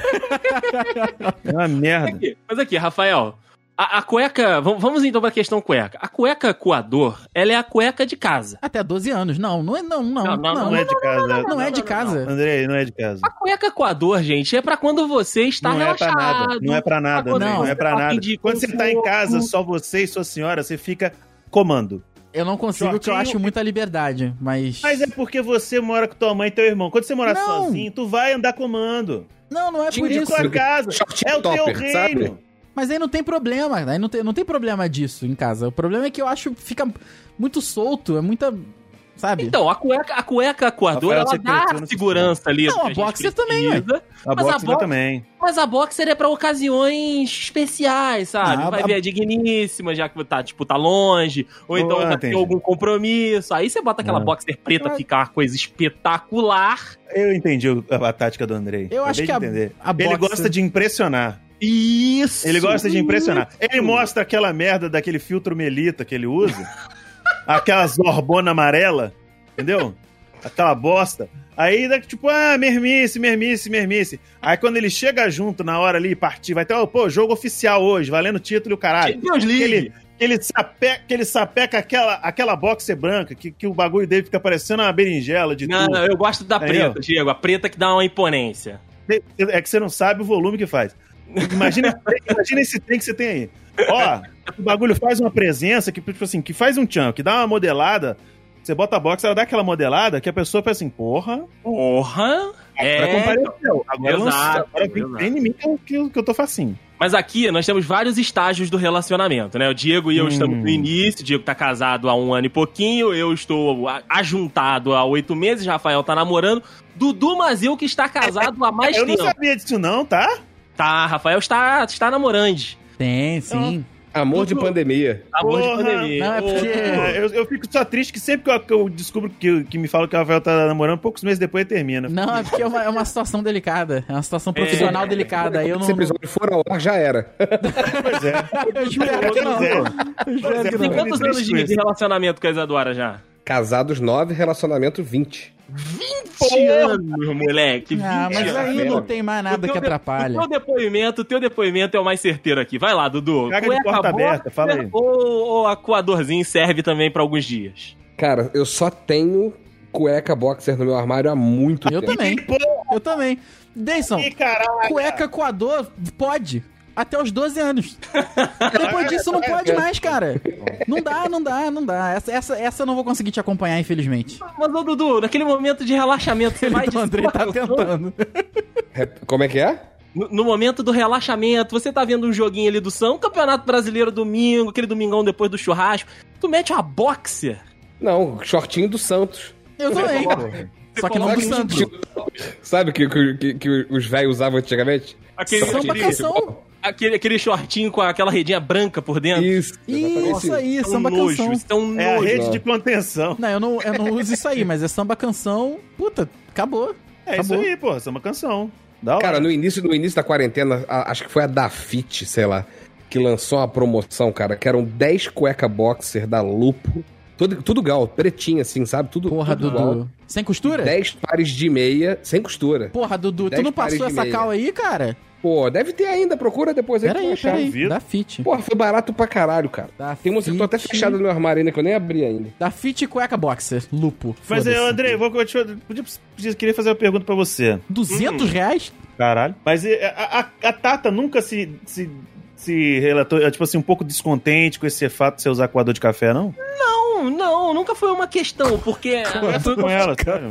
É uma merda. Mas aqui, Rafael, a cueca... Vamos então pra questão cueca. A cueca coador, ela é a cueca de casa. Até 12 anos. Não é de casa. Não é de casa. Andrei, não é de casa. A cueca coador, gente, é pra quando você está relaxado. Não é pra nada, não é pra nada. Quando você tá em casa, só você e sua senhora, você fica comando. Eu não consigo, porque eu acho muita liberdade, mas... Mas é porque você mora com tua mãe e teu irmão. Quando você mora sozinho, tu vai andar comando. Não é por isso. Tua casa, é o teu reino. Sabe? Mas aí não tem problema, aí não tem problema disso em casa. O problema é que eu acho que fica muito solto, é muita... Sabe? Então, a cueca coadora, ela dá segurança ali. Não, a boxer também, ué. A boxer também. Mas a boxer é pra ocasiões especiais, sabe? Vai ver a digníssima, já que tá longe. Ou então vai ter algum compromisso. Aí você bota aquela boxer preta, fica uma coisa espetacular. Eu entendi a tática do Andrei. Eu acho que a boxer... Ele gosta de impressionar. Isso! Ele gosta de impressionar. Ele mostra aquela merda daquele filtro Melita que ele usa. aquela zorbona amarela, entendeu? Aquela bosta. Aí, tipo, mermice. Aí quando ele chega junto na hora ali, partir, vai ter, jogo oficial hoje, valendo título e o caralho. Deus livre. Que ele sapeca aquela boxer branca, que o bagulho dele fica parecendo uma berinjela de tudo. Não, eu gosto da preta, Diego. A preta que dá uma imponência. É que você não sabe o volume que faz. Imagina esse trem que você tem aí. Ó, o bagulho faz uma presença que, tipo assim, que faz um tchan, que dá uma modelada. Você bota a box, ela dá aquela modelada que a pessoa faz assim, porra. Agora compareceu. Agora vem em mim que eu tô facinho. Mas aqui nós temos vários estágios do relacionamento, né? O Diego e eu estamos no início, o Diego tá casado há 1 ano e pouquinho, eu estou ajuntado há 8 meses, Rafael tá namorando, Dudu Mazil que está casado há mais tempo. Eu não sabia disso não, tá? Tá, Rafael está namorando. Tem, sim. Amor de pandemia. Amor de pandemia. Não, é porque... eu fico só triste que sempre que eu descubro que me falam que o Rafael tá namorando, poucos meses depois termina. Não, é porque é uma situação delicada. É uma situação profissional delicada. Aí eu não... Se esse episódio for ao ar, já era. Pois é. Eu espero que não. Eu espero que Tem não. quantos anos de relacionamento com a Isadora já? Casados 9, relacionamento 20. 20 anos, moleque. 20 Ah, mas aí anos. não tem mais nada que atrapalha. O teu depoimento é o mais certeiro aqui. Vai lá, Dudu. Caga de porta aberta, fala aí. Ou a coadorzinho serve também pra alguns dias? Cara, eu só tenho cueca boxer no meu armário há muito Eu tempo. também. Eu também. Deison, cueca coador pode. Até os 12 anos. Depois disso não pode mais, cara. Não dá. Essa eu não vou conseguir te acompanhar, infelizmente. Mas, ô Dudu, naquele momento de relaxamento, você vai... O Andrei tá tentando. Como é que é? No momento do relaxamento, você tá vendo um joguinho ali do São, Campeonato Brasileiro domingo, aquele domingão depois do churrasco, tu mete uma boxer. Não, shortinho do Santos. Eu também. Só que não do Santos. Sabe que os velhos usavam antigamente? Samba canção. Aquele shortinho com aquela redinha branca por dentro. Isso. Isso aí, samba nojo, canção. isso é um É a nojo. rede de contenção. Não, eu não uso isso aí, mas é samba canção. Puta, acabou. É Acabou. isso aí, pô. Essa é uma canção. Da hora. Cara, no início da quarentena, acho que foi a Dafit, sei lá, que lançou uma promoção, cara, que eram 10 cueca boxer da Lupo. Tudo igual, pretinho assim, sabe? Tudo Porra, tudo Dudu. igual. Sem costura? 10 pares de meia, sem costura. Porra, Dudu, tu 10 não passou pares de essa meia. cal aí, cara? Pô, deve ter ainda, procura depois aí. que tu vai achar. Duvido. Da Fit. Porra, foi barato pra caralho, cara. Da Tem umas que estão até Fit. fechadas no meu armário ainda, que eu nem abri ainda. Da Fit cueca boxer, lupo. Mas, Foda-se. André, queria fazer uma pergunta pra você. 200 reais? Caralho. Mas a Tata nunca se relatou, tipo assim, um pouco descontente com esse fato de você usar coador de café, não? Não, nunca foi uma questão, porque... Conversa com ela, cara.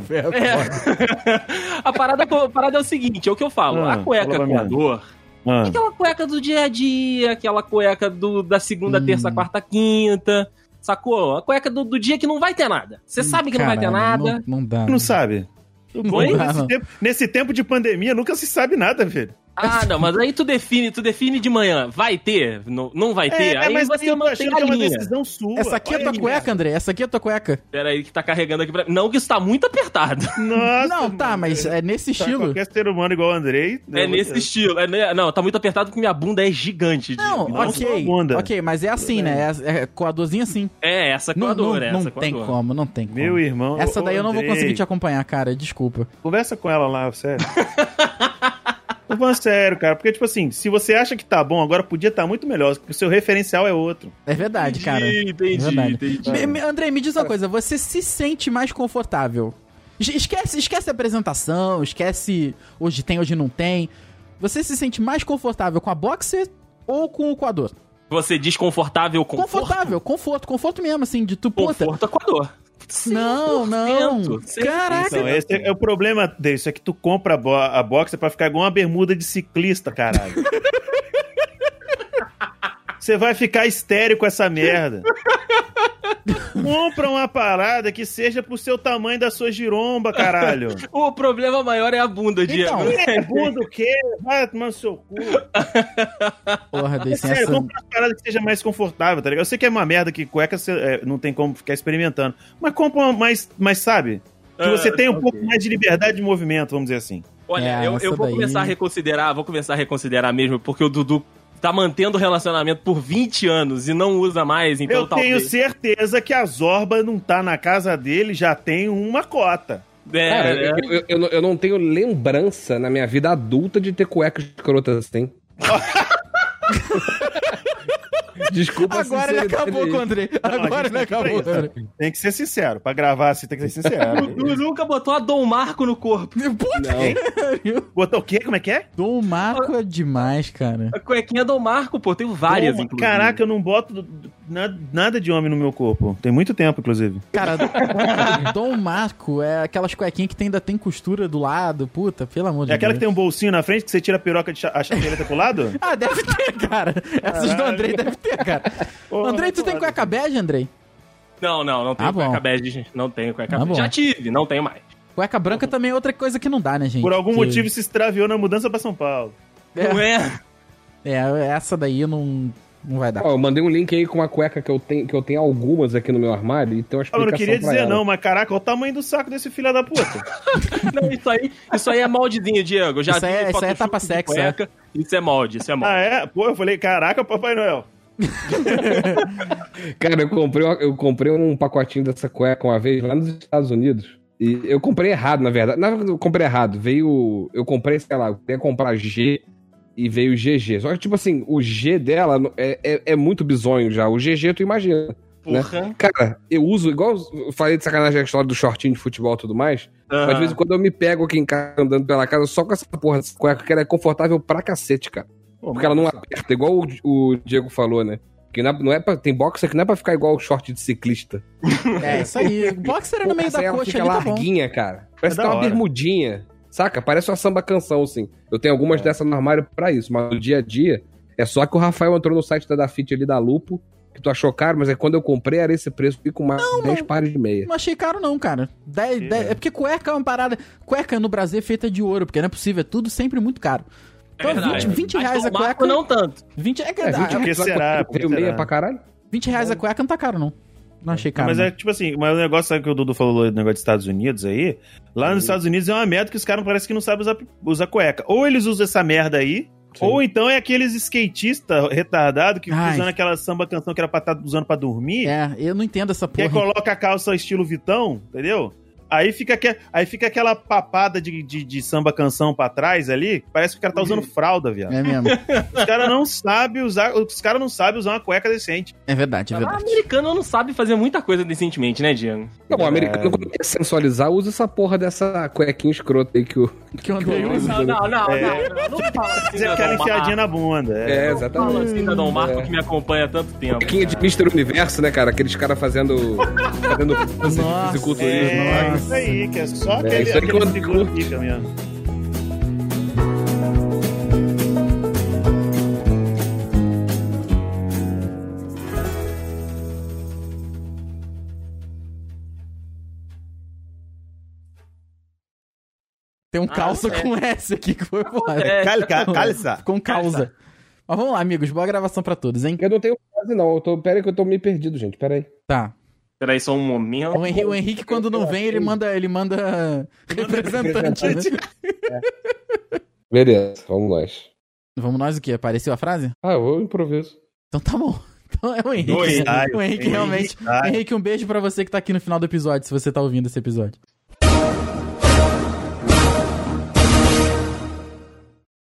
A parada é o seguinte, é o que eu falo. A cueca fala pra mim. coador... Ah. Aquela cueca do dia a dia, aquela cueca da segunda, terça, quarta, quinta, sacou? A cueca do dia que não vai ter nada. Você sabe que não vai ter nada. Não dá. Não sabe. Oi? Nesse tempo de pandemia, nunca se sabe nada, velho. Ah, não, mas aí tu define de manhã. Vai ter? Não vai ter? Aí mas você eu tô mantém achando a que é uma linha. decisão sua. Essa aqui é Olha tua aí, cueca, cara. André? Essa aqui é tua cueca? Pera aí que tá carregando aqui pra... Não, que isso tá muito apertado. Nossa, Não, tá, mano. mas é nesse Tá, estilo. qualquer ser humano igual o Andrei. É nesse estilo. Não, tá muito apertado porque minha bunda é gigante. Não, Diego. ok. bunda. Ok, mas é assim, né? É coadorzinho assim. É, essa Não, coadora. não essa tem coadora. como, não tem como. Meu irmão. Essa daí ô, eu não vou Andrei, conseguir te acompanhar, cara. Desculpa. Conversa com ela lá, sério. Tô falando sério, cara. Porque, tipo assim, se você acha que tá bom, agora podia estar muito melhor. Porque o seu referencial é outro. É verdade, cara. Entendi, É verdade. entendi. André, me diz uma coisa. Você se sente mais confortável? Esquece a apresentação, esquece hoje tem, hoje não tem. Você se sente mais confortável com a boxer ou com o coador? Você desconfortável com Conforto mesmo, assim, de tu, puta. Conforto é coador. Não. 100%. Caraca. Então, esse é o problema disso. É que tu compra a boxer pra ficar igual uma bermuda de ciclista, caralho. Você vai ficar estéril com essa merda. Compra uma parada que seja pro seu tamanho da sua giromba, caralho. O problema maior é a bunda, Diego. Então, É bunda o quê? Vai tomar no seu cu. Porra, É desse sério, essa... compra uma parada que seja mais confortável, tá ligado? Eu sei que é uma merda que cueca não tem como ficar experimentando. Mas compra uma mais, sabe? Que você tenha um pouco mais de liberdade de movimento, vamos dizer assim. Olha, É, eu essa vou daí- começar a reconsiderar mesmo, porque o Dudu tá mantendo o relacionamento por 20 anos e não usa mais, então Eu tenho certeza que a Zorba não tá na casa dele, já tem uma cota. Cara, eu não tenho lembrança na minha vida adulta de ter cuecas escrotas assim. Desculpa. Agora ele acabou com o Andrei. Agora ele acabou com o Andrei. Tem que ser sincero. Pra gravar assim, tem que ser sincero. Tu nunca botou a Dom Marco no corpo. Botou o quê? Como é que é? Dom Marco é demais, cara. A cuequinha Dom Marco, pô, tenho várias, inclusive. Caraca, eu não boto nada de homem no meu corpo. Tem muito tempo, inclusive. Cara, Dom Marco é aquelas cuequinhas que ainda tem costura do lado. Puta, pelo amor de Deus. É aquela que tem um bolsinho na frente que você tira a piroca de a chapeleta pro lado? Ah, deve ter, cara. Essas do Andrei deve ter, cara. Porra, Andrei, tu tem cueca bege, Andrei? Não tenho cueca bege, gente. Não tenho cueca bege. Já tive, não tenho mais. Cueca branca também é outra coisa que não dá, né, gente? Por algum motivo se extraviou na mudança pra São Paulo. Não é? Essa daí não vai dar. Ó, eu mandei um link aí com uma cueca que eu tenho algumas aqui no meu armário e tem uma explicação. Eu não queria dizer ela. não, mas caraca, olha o tamanho do saco desse filho da puta. Não, isso aí é moldezinho, Diego. Eu já Isso aí é tapa sexy, Isso é molde, Ah, é? Pô, eu falei, caraca, Papai Noel. Cara, eu comprei um pacotinho dessa cueca uma vez lá nos Estados Unidos. E eu comprei errado, na verdade. Não, eu comprei errado. Eu comprei, sei lá, eu queria comprar G e veio o GG. Só que, tipo assim, o G dela é muito bizonho já. O GG, tu imagina. Porra. Né? Cara, eu uso, igual eu falei de sacanagem a história do shortinho de futebol e tudo mais. Mas de vez em quando eu me pego aqui em casa, andando pela casa, só com essa porra dessa cueca, que ela é confortável pra cacete, cara. Porque ela não aperta, igual o Diego falou, né? Que não é pra, tem boxer que não é pra ficar igual o short de ciclista. É, isso aí. Boxer é no meio da coxa fica ali, tá larguinha, cara. Parece que tá uma hora. bermudinha. Saca? Parece uma samba canção, assim. Eu tenho algumas dessas no armário pra isso, mas no dia a dia, é só que o Rafael entrou no site da Dafit ali da Lupo, que tu achou caro, mas quando eu comprei era esse preço, e com mais 10 pares de meia. Não achei caro não, cara. 10, é porque cueca é uma parada... Cueca no Brasil é feita de ouro, porque não é possível, é tudo sempre muito caro. Então, verdade. 20 reais a Mas cueca... não tanto. 20 é que É, 20 Por que será? Veio meia pra caralho? 20 reais a cueca não tá caro, não. Não achei caro. Mas não. é tipo assim, mas o negócio, sabe que o Dudu falou do negócio dos Estados Unidos aí? Lá nos Estados Unidos é uma merda que os caras parece que não sabem usar cueca. Ou eles usam essa merda aí, Sim. ou então é aqueles skatistas retardados que ficam Ai. usando aquela samba canção que era pra estar usando pra dormir. É, eu não entendo essa Que aí porra. coloca a calça estilo Vitão, entendeu? Aí fica aquela papada de samba canção pra trás ali, parece que o cara tá usando fralda, viado. É mesmo. Os caras não sabem usar uma cueca decente. É verdade, é O verdade. americano não sabe fazer muita coisa decentemente, né, Diego? Não, o americano, quando quer sensualizar, usa essa porra dessa cuequinha escrota aí que o... Que eu andei usando. Não fala assim Fazer da aquela Dom enfiadinha Marco. na bunda. É, Fala exatamente. assim da Dom Marco que me acompanha há tanto tempo. Cuequinha de Mr. Universo, né, cara? Aqueles caras fazendo Nossa, fisiculturismo. É, Nossa. isso aí, que é só É, isso aí que aquele eu seguro curto. fica mesmo. Tem um calça com S aqui que foi foda. É, Calça. Com causa. Mas vamos lá, amigos. Boa gravação pra todos, hein? Eu não tenho quase, não. Pera aí que eu tô meio perdido, gente. Pera aí. Tá. Peraí, só um momento. O Henrique, quando não vem, ele manda representante, né? Beleza, vamos nós. Vamos nós o quê? Apareceu a frase? Ah, eu improviso. Então tá bom. Então é o Henrique. Oi, O Henrique realmente. Henrique, um beijo pra você que tá aqui no final do episódio, se você tá ouvindo esse episódio.